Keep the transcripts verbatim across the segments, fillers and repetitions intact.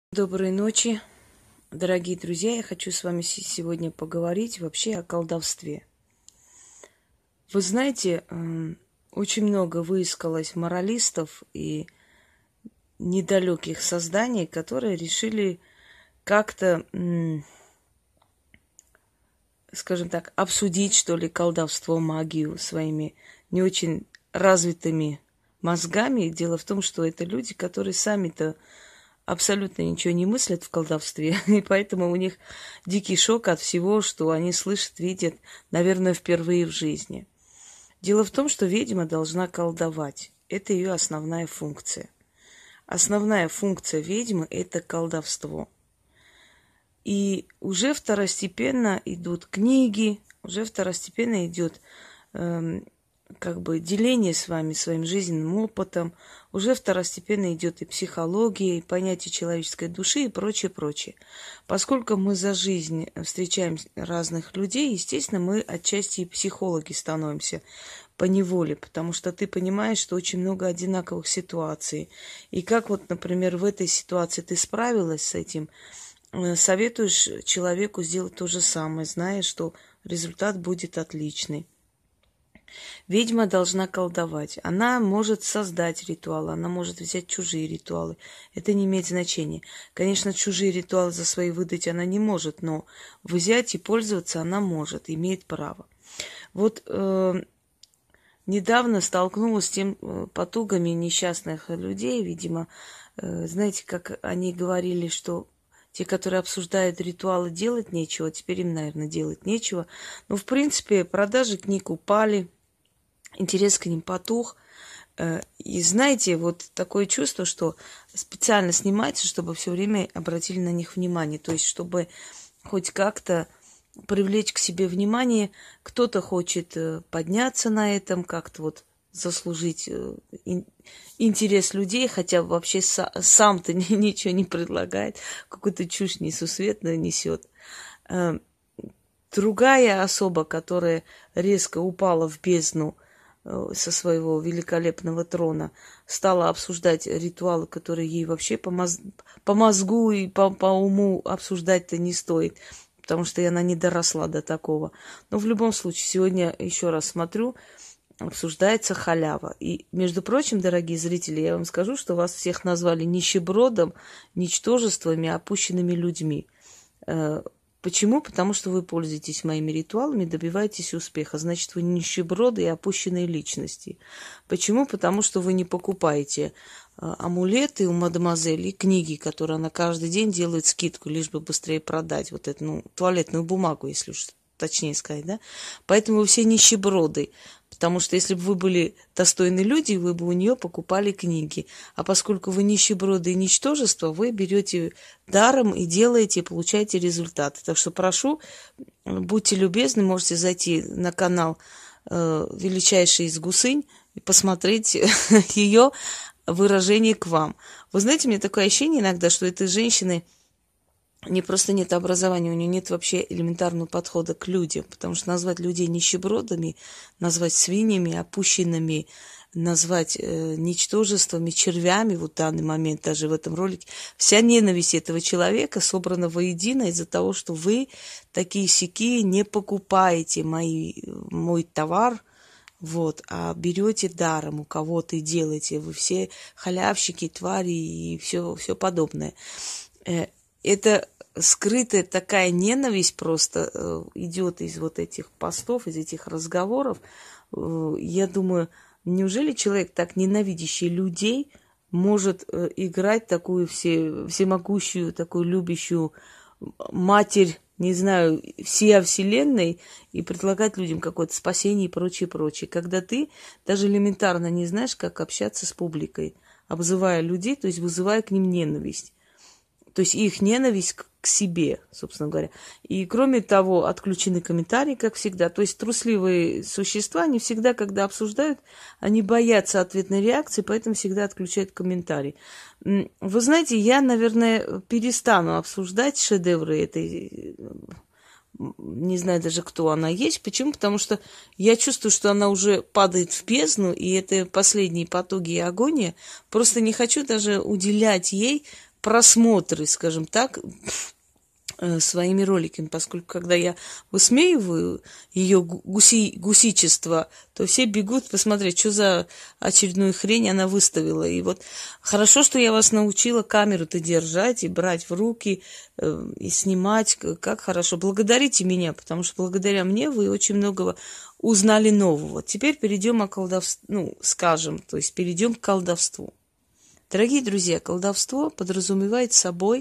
Доброй ночи, дорогие друзья. Я хочу с вами се- сегодня поговорить вообще о колдовстве. Вы знаете, эм, очень много выискалось моралистов и недалеких созданий, которые решили как-то, м, скажем так, обсудить, что ли, колдовство, магию своими не очень развитыми мозгами. Дело в том, что это люди, которые сами-то абсолютно ничего не мыслят в колдовстве, и поэтому у них дикий шок от всего, что они слышат, видят, наверное, впервые в жизни. Дело в том, что ведьма должна колдовать. Это ее основная функция. Основная функция ведьмы – это колдовство. И уже второстепенно идут книги, уже второстепенно идет эм, как бы деление с вами своим жизненным опытом, уже второстепенно идет и психология, и понятие человеческой души и прочее, прочее. Поскольку мы за жизнь встречаем разных людей, естественно, мы отчасти и психологи становимся по неволе, потому что ты понимаешь, что очень много одинаковых ситуаций. И как вот, например, в этой ситуации ты справилась с этим, э, советуешь человеку сделать то же самое, зная, что результат будет отличный. Ведьма должна колдовать. Она может создать ритуалы, она может взять чужие ритуалы. Это не имеет значения. Конечно, чужие ритуалы за свои выдать она не может, но взять и пользоваться она может, имеет право. Вот э, недавно столкнулась с тем э, потугами несчастных людей, видимо, э, знаете, как они говорили, что те, которые обсуждают ритуалы, делать нечего, теперь им, наверное, делать нечего. Но, в принципе, продажи книг упали, интерес к ним потух. Э, И знаете, вот такое чувство, что специально снимается, чтобы все время обратили на них внимание. То есть, чтобы хоть как-то привлечь к себе внимание. Кто-то хочет э, подняться на этом, как-то вот заслужить э, ин- интерес людей, хотя вообще са- сам-то ни- ничего не предлагает, какую-то чушь несусветную несет. Э, Другая особа, которая резко упала в бездну э, со своего великолепного трона, стала обсуждать ритуалы, которые ей вообще по, моз- по мозгу и по, по уму обсуждать-то не стоит, потому что она не доросла до такого. Но в любом случае, сегодня еще раз смотрю, обсуждается халява. И, между прочим, дорогие зрители, я вам скажу, что вас всех назвали нищебродом, ничтожествами, опущенными людьми. Э, Почему? Потому что вы пользуетесь моими ритуалами, добиваетесь успеха. Значит, вы нищеброды и опущенные личности. Почему? Потому что вы не покупаете э, амулеты у мадемуазели и книги, которые она каждый день делает скидку, лишь бы быстрее продать. Вот эту, ну, туалетную бумагу, если уж точнее сказать, да? Поэтому вы все нищеброды. Потому что если бы вы были достойны люди, вы бы у нее покупали книги. А поскольку вы нищеброды и ничтожество, вы берете даром и делаете, и получаете результаты. Так что прошу, будьте любезны, можете зайти на канал э, «Величайший из гусынь» и посмотреть ее выражение к вам. Вы знаете, у меня такое ощущение иногда, что этой женщины не просто нет образования, у нее нет вообще элементарного подхода к людям, потому что назвать людей нищебродами, назвать свиньями, опущенными, назвать э, ничтожествами, червями, вот в данный момент даже в этом ролике, вся ненависть этого человека собрана воедино из-за того, что вы такие сякие не покупаете мои, мой товар, вот, а берете даром у кого-то и делаете. Вы все халявщики, твари и все, все подобное. Э, Это скрытая такая ненависть просто э, идет из вот этих постов, из этих разговоров. Э, я думаю, неужели человек, так ненавидящий людей, может э, играть такую все, всемогущую, такую любящую матерь, не знаю, всея вселенной и предлагать людям какое-то спасение и прочее, прочее. Когда ты даже элементарно не знаешь, как общаться с публикой, обзывая людей, то есть вызывая к ним ненависть. То есть их ненависть к к себе, собственно говоря. И, кроме того, отключены комментарии, как всегда. То есть трусливые существа, они всегда, когда обсуждают, они боятся ответной реакции, поэтому всегда отключают комментарии. Вы знаете, я, наверное, перестану обсуждать шедевры этой... Не знаю даже, кто она есть. Почему? Потому что я чувствую, что она уже падает в бездну, и это последние потуги и агония. Просто не хочу даже уделять ей просмотры, скажем так, своими роликами, поскольку когда я высмеиваю ее гуси, гусичество, то все бегут посмотреть, что за очередную хрень она выставила. И вот хорошо, что я вас научила камеру-то держать и брать в руки, э, и снимать, как хорошо. Благодарите меня, потому что благодаря мне вы очень многого узнали нового. Теперь перейдем о колдовстве, ну, скажем, то есть перейдем к колдовству. Дорогие друзья, колдовство подразумевает собой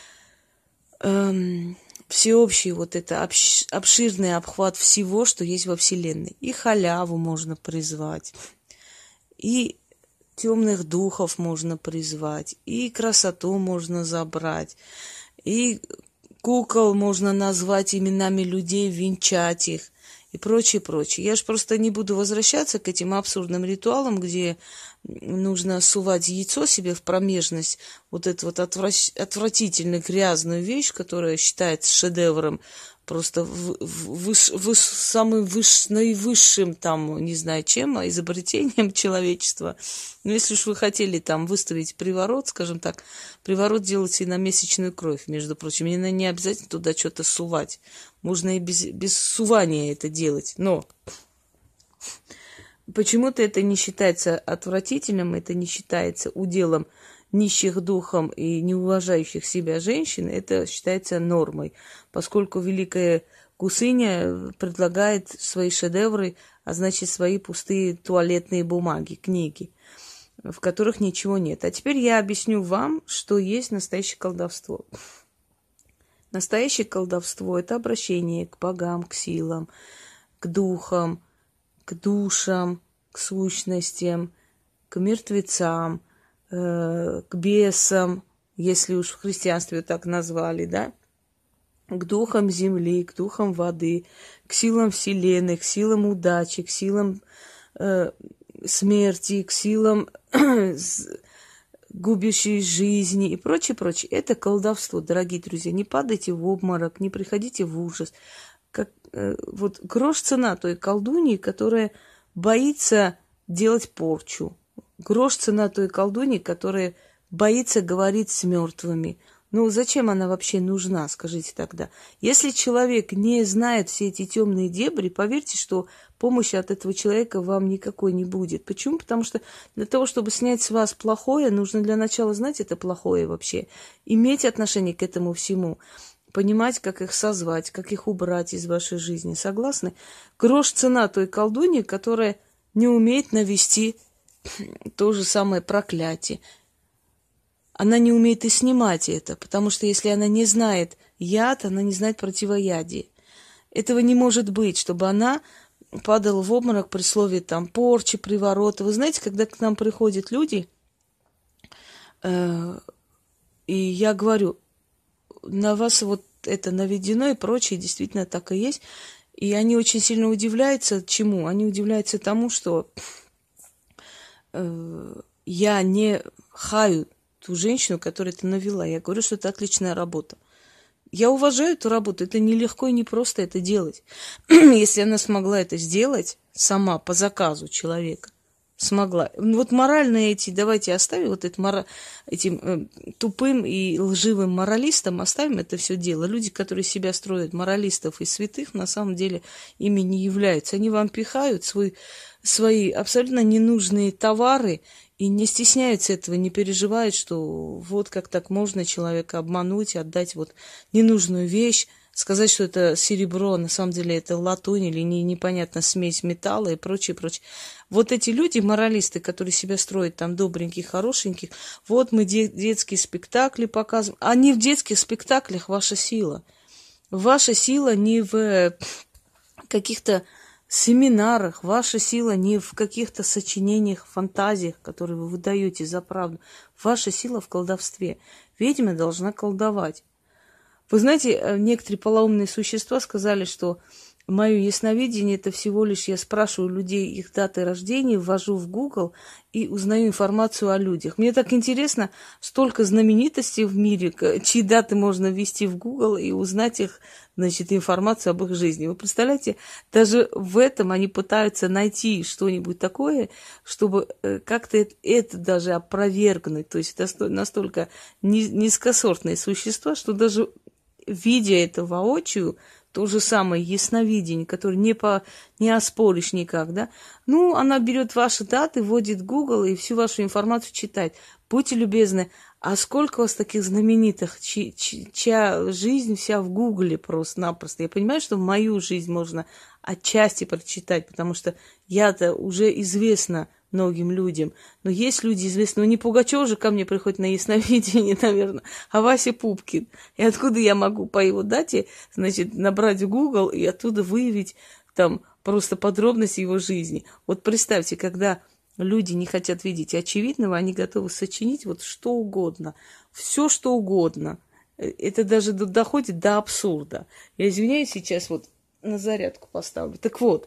эм, всеобщий вот это обш, обширный обхват всего, что есть во Вселенной. И халяву можно призвать, и темных духов можно призвать, и красоту можно забрать, и кукол можно назвать именами людей, венчать их, и прочее, прочее. Я же просто не буду возвращаться к этим абсурдным ритуалам, где нужно сувать яйцо себе в промежность, вот эту вот отвращ... отвратительно грязную вещь, которая считается шедевром, просто в, в, выш, выш, самым выш, наивысшим там, не знаю чем, а изобретением человечества. Но если уж вы хотели там выставить приворот, скажем так, приворот делается и на месячную кровь, между прочим. И не обязательно туда что-то сувать. Можно и без, без сувания это делать. Но почему-то это не считается отвратительным, это не считается уделом нищих духом и не уважающих себя женщин, это считается нормой, поскольку великая гусыня предлагает свои шедевры, а значит свои пустые туалетные бумаги, книги, в которых ничего нет. А теперь я объясню вам, что есть настоящее колдовство. Настоящее колдовство – это обращение к богам, к силам, к духам, к душам, к сущностям, к мертвецам, к бесам, если уж в христианстве так назвали, да, к духам земли, к духам воды, к силам вселенной, к силам удачи, к силам э, смерти, к силам губящей жизни и прочее, прочее. Это колдовство, дорогие друзья. Не падайте в обморок, не приходите в ужас. Как, э, вот грош цена той колдуньи, которая боится делать порчу. Грош цена той колдуньи, которая боится говорить с мертвыми. Ну, зачем она вообще нужна, скажите тогда? Если человек не знает все эти темные дебри, поверьте, что помощи от этого человека вам никакой не будет. Почему? Потому что для того, чтобы снять с вас плохое, нужно для начала знать это плохое вообще, иметь отношение к этому всему, понимать, как их созвать, как их убрать из вашей жизни. Согласны? Грош цена той колдуньи, которая не умеет навести то же самое проклятие. Она не умеет и снимать это, потому что если она не знает яд, она не знает противоядие. Этого не может быть, чтобы она падала в обморок при слове там порчи, приворота. Вы знаете, когда к нам приходят люди, э, и я говорю, на вас вот это наведено и прочее, действительно так и есть, и они очень сильно удивляются чему? Они удивляются тому, что я не хаю ту женщину, которая это навела. Я говорю, что это отличная работа. Я уважаю эту работу. Это нелегко и не просто это делать. Если она смогла это сделать сама, по заказу человека, смогла. Вот моральные эти, давайте оставим вот это, мора, этим э, тупым и лживым моралистам, оставим это все дело. Люди, которые себя строят моралистов и святых, на самом деле ими не являются. Они вам пихают свой, свои абсолютно ненужные товары и не стесняются этого, не переживают, что вот как так можно человека обмануть, отдать вот ненужную вещь, сказать, что это серебро, на самом деле это латунь или не, непонятно смесь металла и прочее, прочее. Вот эти люди, моралисты, которые себя строят там добреньких, хорошеньких, вот мы де- детские спектакли показываем. А не в детских спектаклях ваша сила. Ваша сила не в каких-то семинарах, ваша сила не в каких-то сочинениях, фантазиях, которые вы выдаете за правду. Ваша сила в колдовстве. Ведьма должна колдовать. Вы знаете, некоторые полоумные существа сказали, что мое ясновидение — это всего лишь я спрашиваю людей их даты рождения, ввожу в Google и узнаю информацию о людях. Мне так интересно, столько знаменитостей в мире, чьи даты можно ввести в Google и узнать их, значит, информацию об их жизни. Вы представляете, даже в этом они пытаются найти что-нибудь такое, чтобы как-то это даже опровергнуть. То есть это настолько низкосортные существа, что даже видя это воочию, то же самое ясновидение, которое не, по, не оспоришь никак, да. Ну, она берет ваши даты, вводит в Google и всю вашу информацию читает. Будьте любезны, а сколько у вас таких знаменитых, чьи, чья жизнь вся в Гугле просто-напросто? Я понимаю, что мою жизнь можно отчасти прочитать, потому что я-то уже известна многим людям. Но есть люди известные. Ну, не Пугачев же ко мне приходит на ясновидение, наверное, а Вася Пупкин. И откуда я могу по его дате, значит, набрать в Google и оттуда выявить там просто подробности его жизни? Вот представьте, когда люди не хотят видеть очевидного, они готовы сочинить вот что угодно. Все, что угодно. Это даже доходит до абсурда. Я извиняюсь, сейчас вот на зарядку поставлю. Так вот,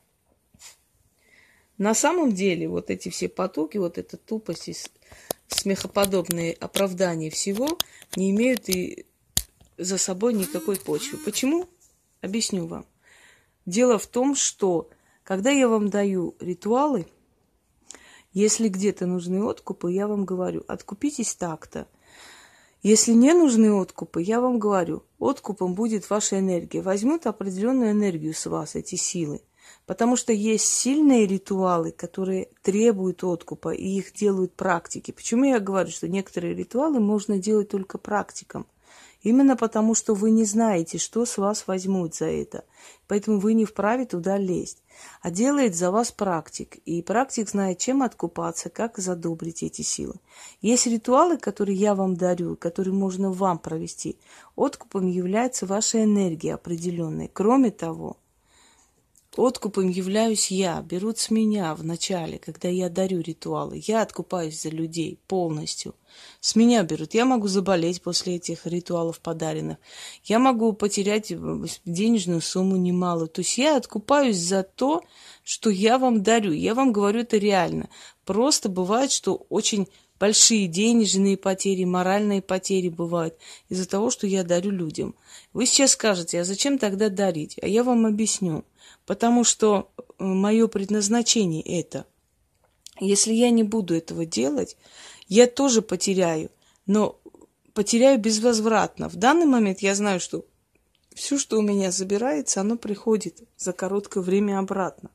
на самом деле вот эти все потуги, вот эта тупость и смехоподобные оправдания всего не имеют и за собой никакой почвы. Почему? Объясню вам. Дело в том, что когда я вам даю ритуалы, если где-то нужны откупы, я вам говорю, откупитесь так-то. Если не нужны откупы, я вам говорю, откупом будет ваша энергия. Возьмут определенную энергию с вас, эти силы. Потому что есть сильные ритуалы, которые требуют откупа, и их делают практики. Почему я говорю, что некоторые ритуалы можно делать только практикам? Именно потому, что вы не знаете, что с вас возьмут за это. Поэтому вы не вправе туда лезть. А делает за вас практик. И практик знает, чем откупаться, как задобрить эти силы. Есть ритуалы, которые я вам дарю, которые можно вам провести. Откупом является ваша энергия определенная. Кроме того, откупом являюсь я, берут с меня в начале, когда я дарю ритуалы. Я откупаюсь за людей полностью. С меня берут. Я могу заболеть после этих ритуалов подаренных. Я могу потерять денежную сумму немалую. То есть я откупаюсь за то, что я вам дарю. Я вам говорю это реально. Просто бывает, что очень большие денежные потери, моральные потери бывают из-за того, что я дарю людям. Вы сейчас скажете, а зачем тогда дарить? А я вам объясню. Потому что мое предназначение это. Если я не буду этого делать, я тоже потеряю, но потеряю безвозвратно. В данный момент я знаю, что все, что у меня забирается, оно приходит за короткое время обратно.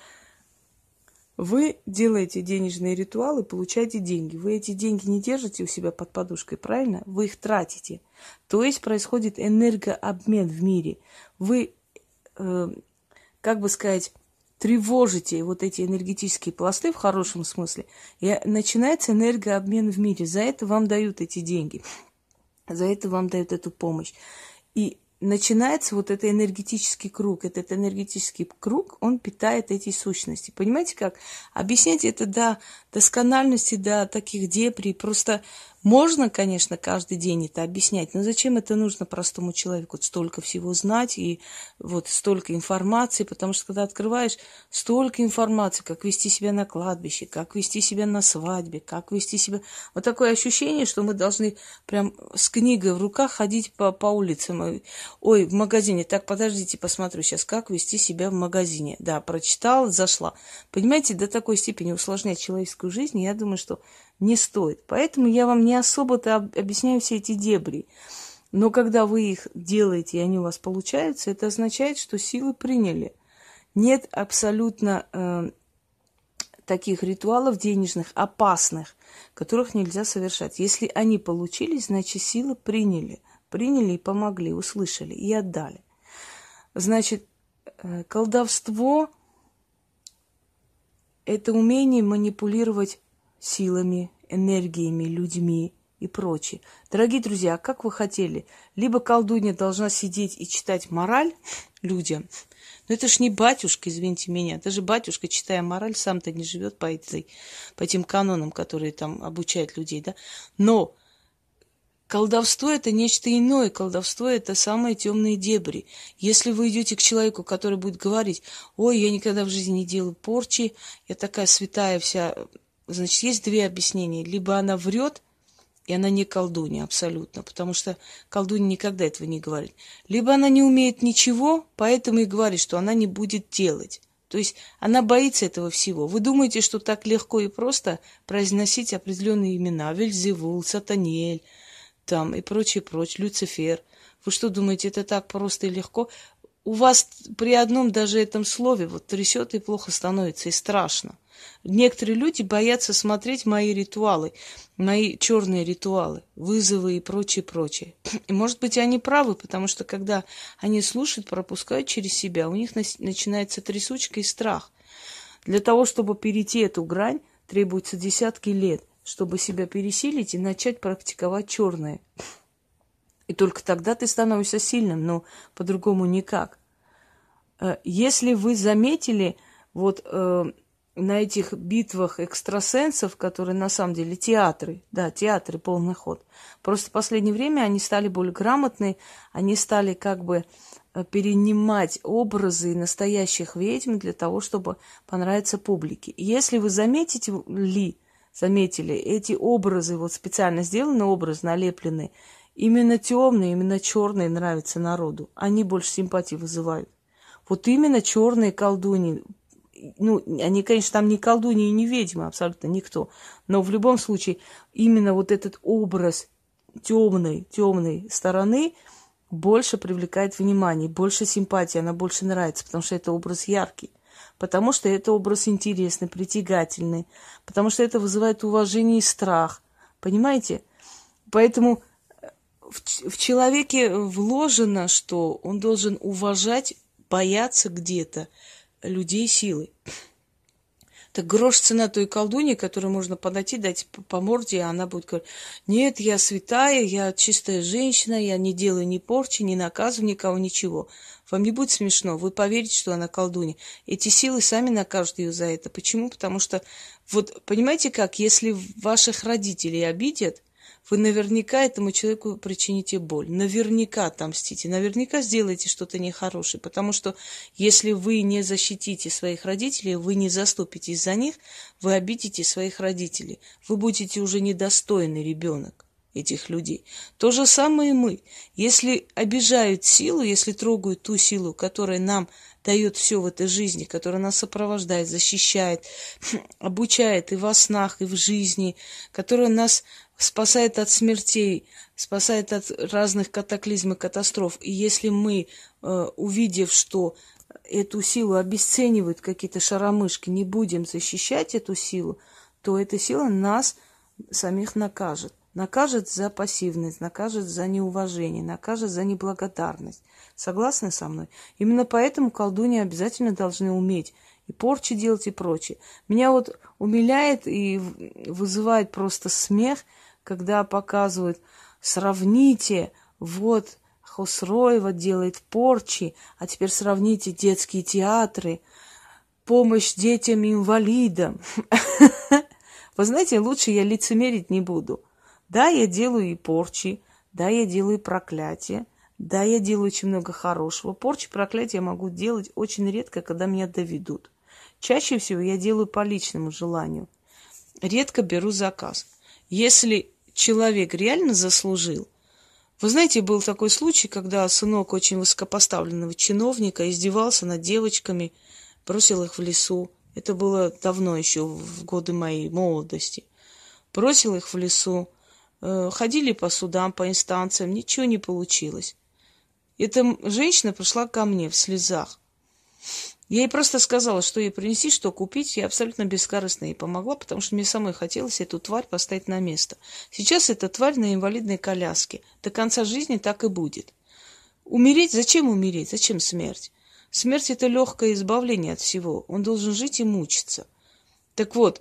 Вы делаете денежные ритуалы, получаете деньги. Вы эти деньги не держите у себя под подушкой, правильно? Вы их тратите. То есть происходит энергообмен в мире. Вы, э, как бы сказать, тревожите вот эти энергетические пласты в хорошем смысле, и начинается энергообмен в мире. За это вам дают эти деньги, за это вам дают эту помощь. И начинается вот этот энергетический круг. Этот энергетический круг, он питает эти сущности. Понимаете как? Объяснять это до доскональности, до таких дебрей. Просто можно, конечно, каждый день это объяснять, но зачем это нужно простому человеку? Столько всего знать и вот столько информации, потому что когда открываешь столько информации, как вести себя на кладбище, как вести себя на свадьбе, как вести себя... Вот такое ощущение, что мы должны прям с книгой в руках ходить по, по улицам. Ой, в магазине, так, подождите, посмотрю сейчас, как вести себя в магазине. Да, прочитала, зашла. Понимаете, до такой степени усложнять человеческую жизнь, я думаю, что не стоит. Поэтому я вам не особо-то объясняю все эти дебри. Но когда вы их делаете, и они у вас получаются, это означает, что силы приняли. Нет абсолютно э, таких ритуалов денежных, опасных, которых нельзя совершать. Если они получились, значит, силы приняли. Приняли и помогли, услышали и отдали. Значит, э, колдовство – это умение манипулировать силами, энергиями, людьми и прочее. Дорогие друзья, как вы хотели? Либо колдунья должна сидеть и читать мораль людям. Но это ж не батюшка, извините меня. Даже батюшка, читая мораль, сам-то не живет по, этой, по этим канонам, которые там обучают людей. Да? Но Колдовство – это нечто иное. Колдовство – это самые темные дебри. Если вы идете к человеку, который будет говорить: ой, я никогда в жизни не делаю порчи, я такая святая вся. Значит, есть две объяснения. Либо она врет, и она не колдунья абсолютно, потому что колдунья никогда этого не говорит. Либо она не умеет ничего, поэтому и говорит, что она не будет делать. То есть она боится этого всего. Вы думаете, что так легко и просто произносить определенные имена: Вельзевул, Сатаниэль, там и прочее, прочее, Люцифер. Вы что думаете, это так просто и легко? У вас при одном даже этом слове вот трясет и плохо становится, и страшно. Некоторые люди боятся смотреть мои ритуалы, мои черные ритуалы, вызовы и прочее, прочее. И, может быть, они правы, потому что, когда они слушают, пропускают через себя, у них начинается трясучка и страх. Для того, чтобы перейти эту грань, требуется десятки лет, чтобы себя пересилить и начать практиковать черное. И только тогда ты становишься сильным, но по-другому никак. Если вы заметили, вот э, на этих битвах экстрасенсов, которые на самом деле театры, да, театры полный ход, просто в последнее время они стали более грамотны, они стали как бы перенимать образы настоящих ведьм для того, чтобы понравиться публике. И если вы заметите ли, заметили, эти образы, вот специально сделаны образы, налеплены, именно темные, именно черные нравятся народу. Они больше симпатии вызывают. Вот именно черные колдуньи. Ну, они, конечно, там не колдуньи и не ведьмы, абсолютно никто. Но в любом случае, именно вот этот образ темной, темной стороны больше привлекает внимание, больше симпатии, она больше нравится, потому что это образ яркий. Потому что это образ интересный, притягательный, потому что это вызывает уважение и страх. Понимаете? Поэтому в, в человеке вложено, что он должен уважать, бояться где-то людей силы. Так грош цена той колдуньи, которой можно подойти, дать по морде, и она будет говорить: нет, я святая, я чистая женщина, я не делаю ни порчи, не наказываю никого, ничего. Вам не будет смешно, вы поверите, что она колдунья. Эти силы сами накажут ее за это. Почему? Потому что, вот понимаете как, если ваших родителей обидят, вы наверняка этому человеку причините боль. Наверняка отомстите. Наверняка сделаете что-то нехорошее. Потому что если вы не защитите своих родителей, вы не заступитесь за них, вы обидите своих родителей. Вы будете уже недостойный ребенок этих людей. То же самое и мы. Если обижают силу, если трогают ту силу, которая нам дает все в этой жизни, которая нас сопровождает, защищает, обучает и во снах, и в жизни, которая нас спасает от смертей, спасает от разных катаклизмов, катастроф. И если мы, э, увидев, что эту силу обесценивают какие-то шаромышки, не будем защищать эту силу, то эта сила нас самих накажет. Накажет за пассивность, накажет за неуважение, накажет за неблагодарность. Согласны со мной? Именно поэтому колдуньи обязательно должны уметь и порчи делать, и прочее. Меня вот умиляет и вызывает просто смех, когда показывают: сравните, вот Хосроева делает порчи, а теперь сравните детские театры, помощь детям-инвалидам. Вы знаете, лучше я лицемерить не буду. Да, я делаю и порчи, да, я делаю и проклятия, да, я делаю очень много хорошего. Порчи, проклятия я могу делать очень редко, когда меня доведут. Чаще всего я делаю по личному желанию. Редко беру заказ. Если человек реально заслужил. Вы знаете, был такой случай, когда сынок очень высокопоставленного чиновника издевался над девочками, бросил их в лесу. Это было давно, еще в годы моей молодости. Бросил их в лесу. Ходили по судам, по инстанциям, ничего не получилось. Эта женщина пришла ко мне в слезах. Я ей просто сказала, что ей принести, что купить. Я абсолютно бескорыстно ей помогла, потому что мне самой хотелось эту тварь поставить на место. Сейчас эта тварь на инвалидной коляске. До конца жизни так и будет. Умереть? Зачем умереть? Зачем смерть? Смерть – это легкое избавление от всего. Он должен жить и мучиться. Так вот,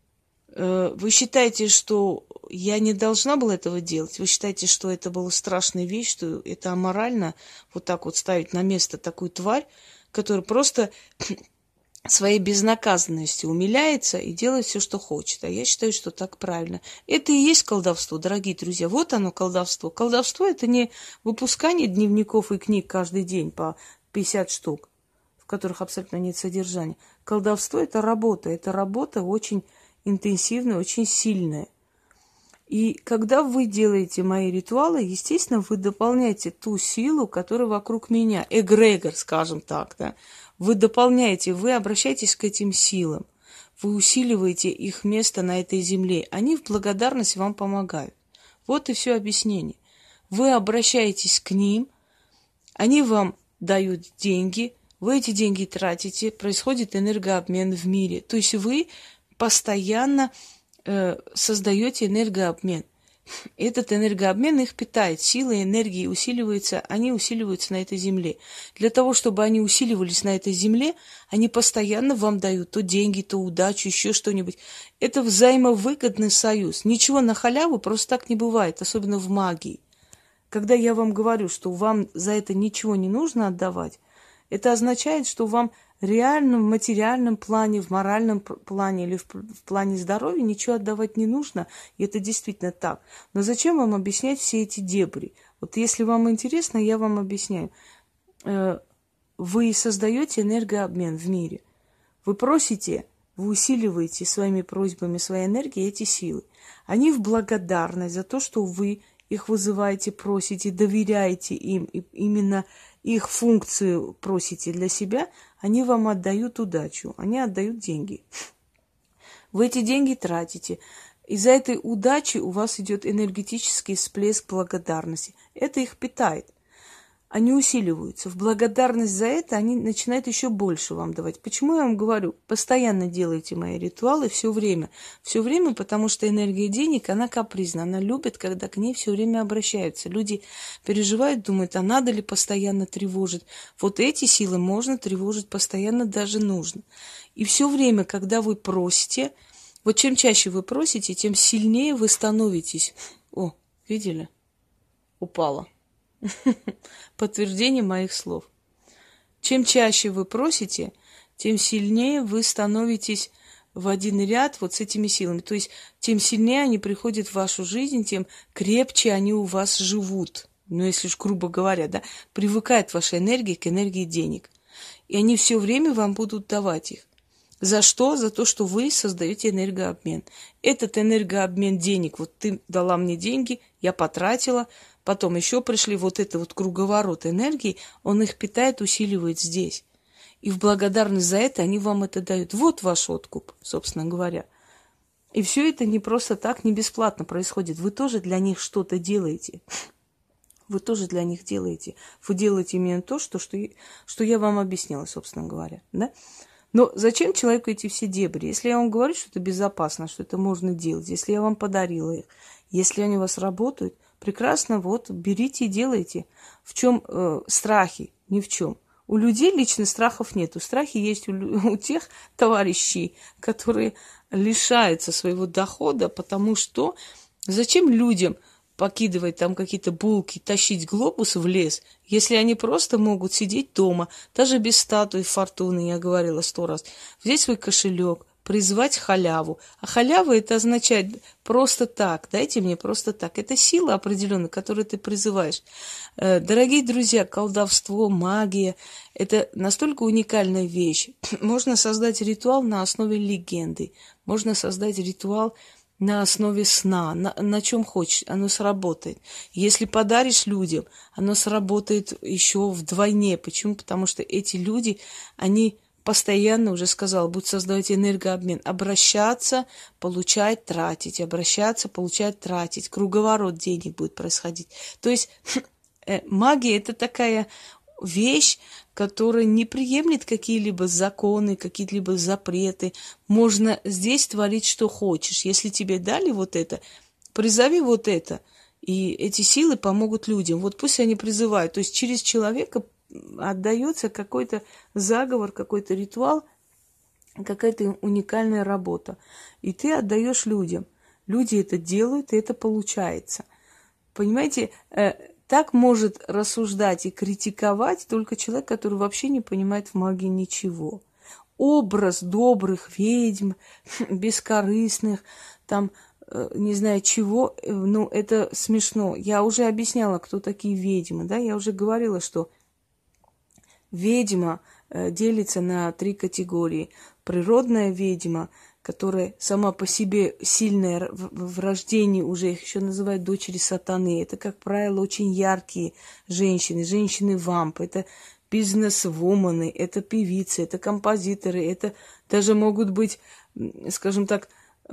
вы считаете, что я не должна была этого делать? Вы считаете, что это была страшная вещь, что это аморально вот так вот ставить на место такую тварь, которая просто своей безнаказанностью умиляется и делает все, что хочет. А я считаю, что так правильно. Это и есть колдовство, дорогие друзья. Вот оно, колдовство. Колдовство – это не выпускание дневников и книг каждый день по пятьдесят штук, в которых абсолютно нет содержания. Колдовство – это работа. Это работа очень интенсивная, очень сильная. И когда вы делаете мои ритуалы, естественно, вы дополняете ту силу, которая вокруг меня, эгрегор, скажем так, да. Вы дополняете, вы обращаетесь к этим силам, вы усиливаете их место на этой земле. Они в благодарность вам помогают. Вот и все объяснение. Вы обращаетесь к ним, они вам дают деньги, вы эти деньги тратите, происходит энергообмен в мире. То есть вы постоянно э, создаете энергообмен. Этот энергообмен их питает, силы энергии усиливаются, они усиливаются на этой земле. Для того, чтобы они усиливались на этой земле, они постоянно вам дают то деньги, то удачу, еще что-нибудь. Это взаимовыгодный союз. Ничего на халяву просто так не бывает, особенно в магии. Когда я вам говорю, что вам за это ничего не нужно отдавать, это означает, что вам реально в материальном плане, в моральном плане или в, в плане здоровья ничего отдавать не нужно. И это действительно так. Но зачем вам объяснять все эти дебри? Вот если вам интересно, я вам объясняю. Вы создаете энергообмен в мире. Вы просите, вы усиливаете своими просьбами, своей энергией эти силы. Они в благодарность за то, что вы их вызываете, просите, доверяете им, и именно их функцию просите для себя, они вам отдают удачу, они отдают деньги. Вы эти деньги тратите. Из-за этой удачи у вас идет энергетический всплеск благодарности. Это их питает. Они усиливаются. В благодарность за это они начинают еще больше вам давать. Почему я вам говорю? Постоянно делайте мои ритуалы все время. Все время, потому что энергия денег, она капризна. Она любит, когда к ней все время обращаются. Люди переживают, думают, а надо ли постоянно тревожить. Вот эти силы можно тревожить постоянно, даже нужно. И все время, когда вы просите, вот чем чаще вы просите, тем сильнее вы становитесь. О, видели? Упала. Подтверждение моих слов. Чем чаще вы просите, тем сильнее вы становитесь в один ряд вот с этими силами. То есть, тем сильнее они приходят в вашу жизнь, тем крепче они у вас живут. Ну, если уж грубо говоря, да, привыкает ваша энергия к энергии денег. И они все время вам будут давать их. За что? За то, что вы создаете энергообмен. Этот энергообмен денег, вот ты дала мне деньги, я потратила, потом еще пришли, вот это вот круговорот энергии, он их питает, усиливает здесь. И в благодарность за это они вам это дают. Вот ваш откуп, собственно говоря. И все это не просто так, не бесплатно происходит. Вы тоже для них что-то делаете. Вы тоже для них делаете. Вы делаете именно то, что, что, что я вам объяснила, собственно говоря. Да? Но зачем человеку эти все дебри? Если я вам говорю, что это безопасно, что это можно делать, если я вам подарила их, если они у вас работают, прекрасно, вот, берите и делайте. В чем э, страхи? Ни в чем. У людей лично страхов нет. Страхи есть у, у тех товарищей, которые лишаются своего дохода, потому что зачем людям покидывать там какие-то булки, тащить глобус в лес, если они просто могут сидеть дома, даже без статуи фортуны, я говорила сто раз, взять свой кошелек, призвать халяву. А халява это означает просто так, дайте мне просто так. Это сила определенная, которую ты призываешь. Дорогие друзья, колдовство, магия – это настолько уникальная вещь. Можно создать ритуал на основе легенды, можно создать ритуал на основе сна, на, на чем хочешь, оно сработает. Если подаришь людям, оно сработает еще вдвойне. Почему? Потому что эти люди, они постоянно, уже сказала, будут создавать энергообмен. Обращаться, получать, тратить. Обращаться, получать, тратить. Круговорот денег будет происходить. То есть магия – это такая вещь, которая не приемлет какие-либо законы, какие-либо запреты. Можно здесь творить, что хочешь. Если тебе дали вот это, призови вот это. И эти силы помогут людям. Вот пусть они призывают. То есть через человека отдается какой-то заговор, какой-то ритуал, какая-то уникальная работа. И ты отдаешь людям. Люди это делают, и это получается. Понимаете, так может рассуждать и критиковать только человек, который вообще не понимает в магии ничего. образ добрых ведьм, бескорыстных, там, э, не знаю чего, э, ну, это смешно. Я уже объясняла, кто такие ведьмы, да, я уже говорила, что ведьма э, делится на три категории. Природная ведьма, которая сама по себе сильная в, в рождении, уже их еще называют дочери сатаны. Это, как правило, очень яркие женщины, женщины-вамп, это бизнес-вуманы, это певицы, это композиторы, это даже могут быть, скажем так,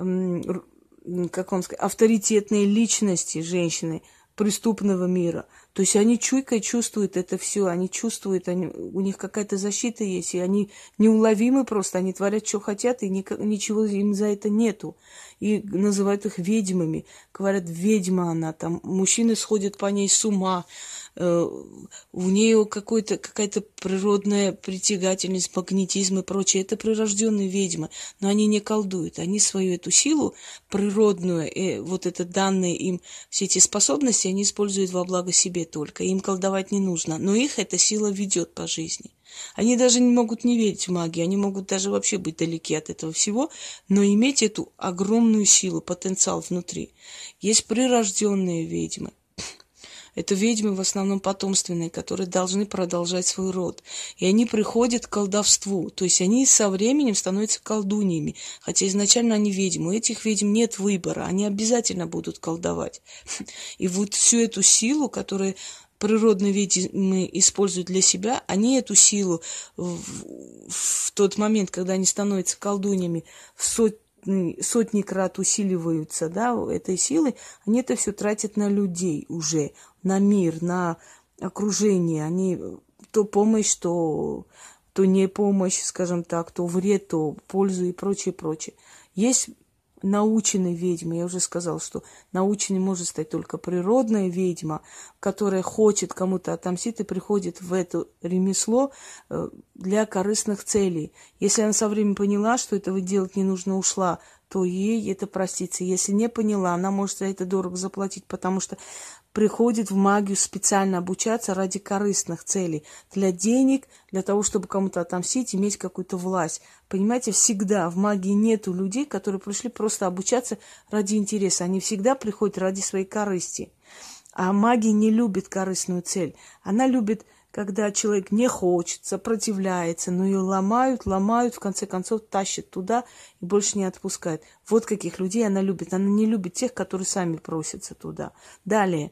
как вам сказать, авторитетные личности женщины преступного мира. То есть они чуйкой чувствуют это все, они чувствуют, они, у них какая-то защита есть, и они неуловимы просто, они творят, что хотят, и никак, ничего им за это нету. И называют их ведьмами, говорят, ведьма она, там мужчины сходят по ней с ума, э, у нее какой-то, какая-то природная притягательность, магнетизм и прочее. Это прирожденные ведьмы, но они не колдуют, они свою эту силу природную, э, вот это данные им, все эти способности, они используют во благо себе только, им колдовать не нужно, но их эта сила ведет по жизни. Они даже не могут не верить в магию, они могут даже вообще быть далеки от этого всего, но иметь эту огромную силу, потенциал внутри. Есть прирожденные ведьмы. Это ведьмы в основном потомственные, которые должны продолжать свой род. И они приходят к колдовству. То есть они со временем становятся колдуньями. Хотя изначально они ведьмы. У этих ведьм нет выбора. Они обязательно будут колдовать. И вот всю эту силу, которую природные ведьмы используют для себя, они эту силу в, в тот момент, когда они становятся колдуньями, в сотни, сотни крат усиливаются, да, этой силой, они это все тратят на людей уже, на мир, на окружение. Они то помощь, то, то не помощь, скажем так, то вред, то пользу и прочее, прочее. Есть наученные ведьмы. Я уже сказала, что наученной может стать только природная ведьма, которая хочет кому-то отомстить и приходит в это ремесло для корыстных целей. Если она со временем поняла, что этого делать не нужно, ушла, то ей это простится. Если не поняла, она может за это дорого заплатить, потому что приходит в магию специально обучаться ради корыстных целей. Для денег, для того, чтобы кому-то отомстить, иметь какую-то власть. Понимаете, всегда в магии нету людей, которые пришли просто обучаться ради интереса. Они всегда приходят ради своей корысти. А магия не любит корыстную цель. Она любит, когда человек не хочет, сопротивляется, но ее ломают, ломают, в конце концов тащат туда и больше не отпускают. Вот каких людей она любит. Она не любит тех, которые сами просятся туда. Далее.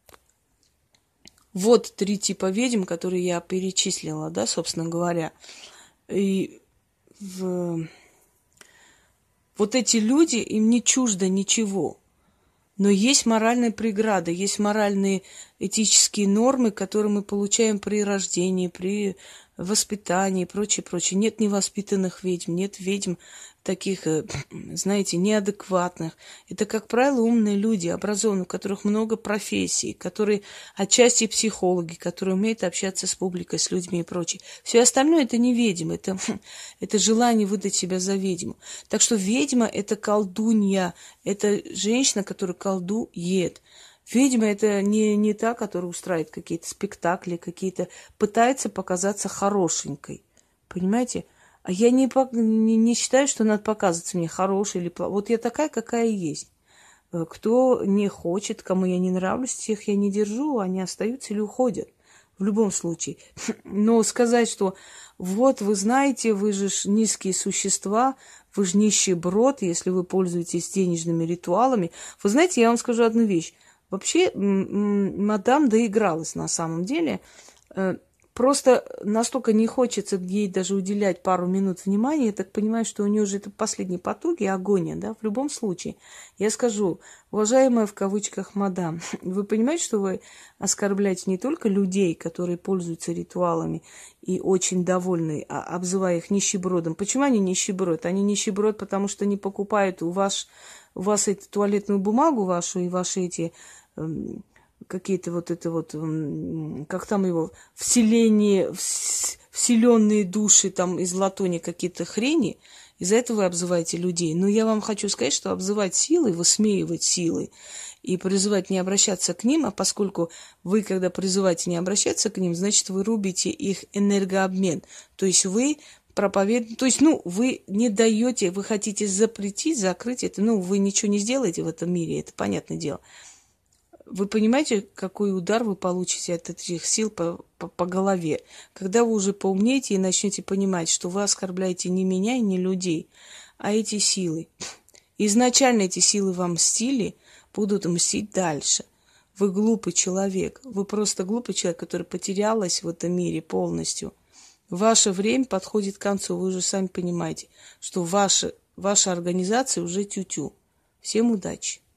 Вот три типа ведьм, которые я перечислила, да, собственно говоря. И в... вот эти люди, им не чуждо ничего. Но есть моральные преграды, есть моральные этические нормы, которые мы получаем при рождении, при воспитании и прочее, прочее. Нет невоспитанных ведьм, нет ведьм таких, знаете, неадекватных. Это, как правило, умные люди, образованные, у которых много профессий, которые отчасти психологи, которые умеют общаться с публикой, с людьми и прочее. Все остальное это не ведьма, это, это желание выдать себя за ведьму. Так что ведьма это колдунья, это женщина, которая колдует. Ведьма это не, не та, которая устраивает какие-то спектакли, какие-то пытается показаться хорошенькой. Понимаете? А я не, не, не считаю, что надо показываться мне хорошей или плохой. Вот я такая, какая есть. Кто не хочет, кому я не нравлюсь, тех я не держу, они остаются или уходят. В любом случае. Но сказать, что вот вы знаете, вы же низкие существа, вы же нищеброд, если вы пользуетесь денежными ритуалами. Вы знаете, я вам скажу одну вещь. Вообще, мадам доигралась на самом деле. Просто настолько не хочется ей даже уделять пару минут внимания. Я так понимаю, что у нее уже это последние потуги, агония, да, в любом случае. Я скажу, уважаемая в кавычках мадам, вы понимаете, что вы оскорбляете не только людей, которые пользуются ритуалами и очень довольны, а обзывая их нищебродом. Почему они нищеброд? Они нищеброд, потому что не покупают у вас, у вас эту туалетную бумагу вашу и ваши эти... какие-то вот это вот, как там его, вселение, вселенные души там из латуни какие-то хрени, из-за этого вы обзываете людей. Но я вам хочу сказать, что обзывать силой, высмеивать силой и призывать не обращаться к ним, а поскольку вы, когда призываете не обращаться к ним, значит, вы рубите их энергообмен. То есть вы проповедуете. То есть, ну, вы не даете, вы хотите запретить, закрыть это. Ну, вы ничего не сделаете в этом мире, это понятное дело. Вы понимаете, какой удар вы получите от этих сил по, по, по голове? Когда вы уже поумнеете и начнете понимать, что вы оскорбляете не меня и не людей, а эти силы. Изначально эти силы вам мстили, будут мстить дальше. Вы глупый человек. Вы просто глупый человек, который потерялся в этом мире полностью. Ваше время подходит к концу. Вы уже сами понимаете, что ваша, ваша организация уже тю-тю. Всем удачи!